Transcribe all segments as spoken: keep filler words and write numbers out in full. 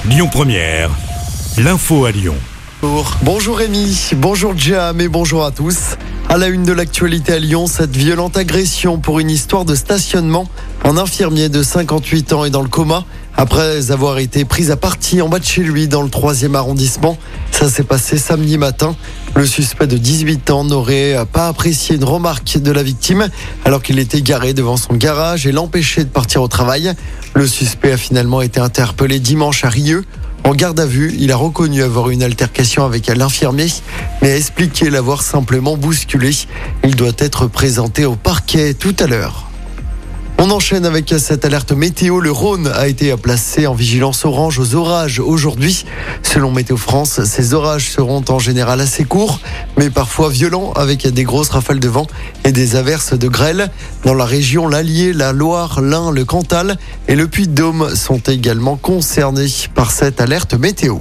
Lyon Première, l'info à Lyon. Bonjour Rémi, bonjour Jam et bonjour à tous. À la une de l'actualité à Lyon, cette violente agression pour une histoire de stationnement. Un infirmier de cinquante-huit ans est dans le coma après avoir été pris à partie en bas de chez lui dans le troisième arrondissement. Ça s'est passé samedi matin. Le suspect de dix-huit ans n'aurait pas apprécié une remarque de la victime alors qu'il était garé devant son garage et l'empêchait de partir au travail. Le suspect a finalement été interpellé dimanche à Rieux. En garde à vue, il a reconnu avoir eu une altercation avec l'infirmier, mais a expliqué l'avoir simplement bousculé. Il doit être présenté au parquet tout à l'heure. On enchaîne avec cette alerte météo. Le Rhône a été placé en vigilance orange aux orages aujourd'hui. Selon Météo France, ces orages seront en général assez courts, mais parfois violents avec des grosses rafales de vent et des averses de grêle. Dans la région, l'Allier, la Loire, l'Ain, le Cantal et le Puy-de-Dôme sont également concernés par cette alerte météo.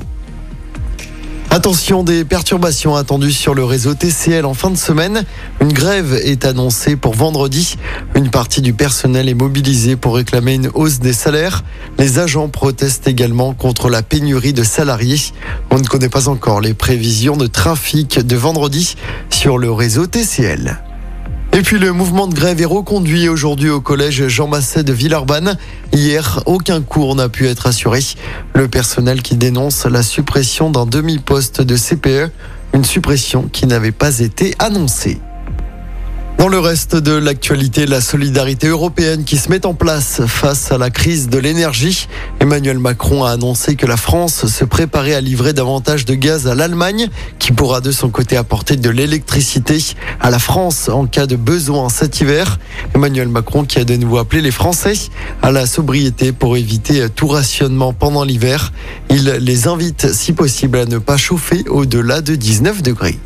Attention, des perturbations attendues sur le réseau T C L en fin de semaine. Une grève est annoncée pour vendredi. Une partie du personnel est mobilisée pour réclamer une hausse des salaires. Les agents protestent également contre la pénurie de salariés. On ne connaît pas encore les prévisions de trafic de vendredi sur le réseau T C L. Et puis le mouvement de grève est reconduit aujourd'hui au collège Jean Masset de Villeurbanne. Hier, aucun cours n'a pu être assuré. Le personnel qui dénonce la suppression d'un demi-poste de C P E, une suppression qui n'avait pas été annoncée. Dans le reste de l'actualité, la solidarité européenne qui se met en place face à la crise de l'énergie. Emmanuel Macron a annoncé que la France se préparait à livrer davantage de gaz à l'Allemagne, qui pourra de son côté apporter de l'électricité à la France en cas de besoin cet hiver. Emmanuel Macron qui a de nouveau appelé les Français à la sobriété pour éviter tout rationnement pendant l'hiver. Il les invite si possible à ne pas chauffer au-delà de dix-neuf degrés.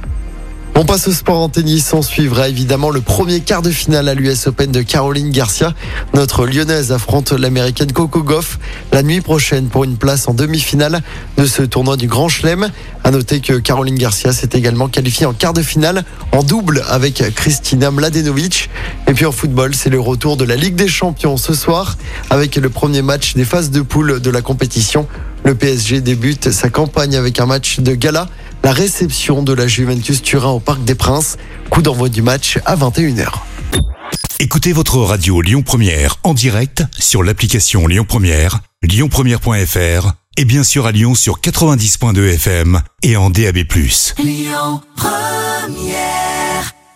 On passe au sport en tennis. On suivra évidemment le premier quart de finale à l'U S Open de Caroline Garcia. Notre lyonnaise affronte l'américaine Coco Gauff la nuit prochaine pour une place en demi-finale de ce tournoi du Grand Chelem. À noter que Caroline Garcia s'est également qualifiée en quart de finale en double avec Kristina Mladenovic. Et puis en football, c'est le retour de la Ligue des Champions ce soir avec le premier match des phases de poule de la compétition. Le P S G débute sa campagne avec un match de gala. La réception de la Juventus Turin au Parc des Princes. Coup d'envoi du match à vingt et une heures. Écoutez votre radio Lyon Première en direct sur l'application Lyon Première, lyon première point f r et bien sûr à Lyon sur quatre-vingt-dix point deux F M et en D A B plus. Lyon Première.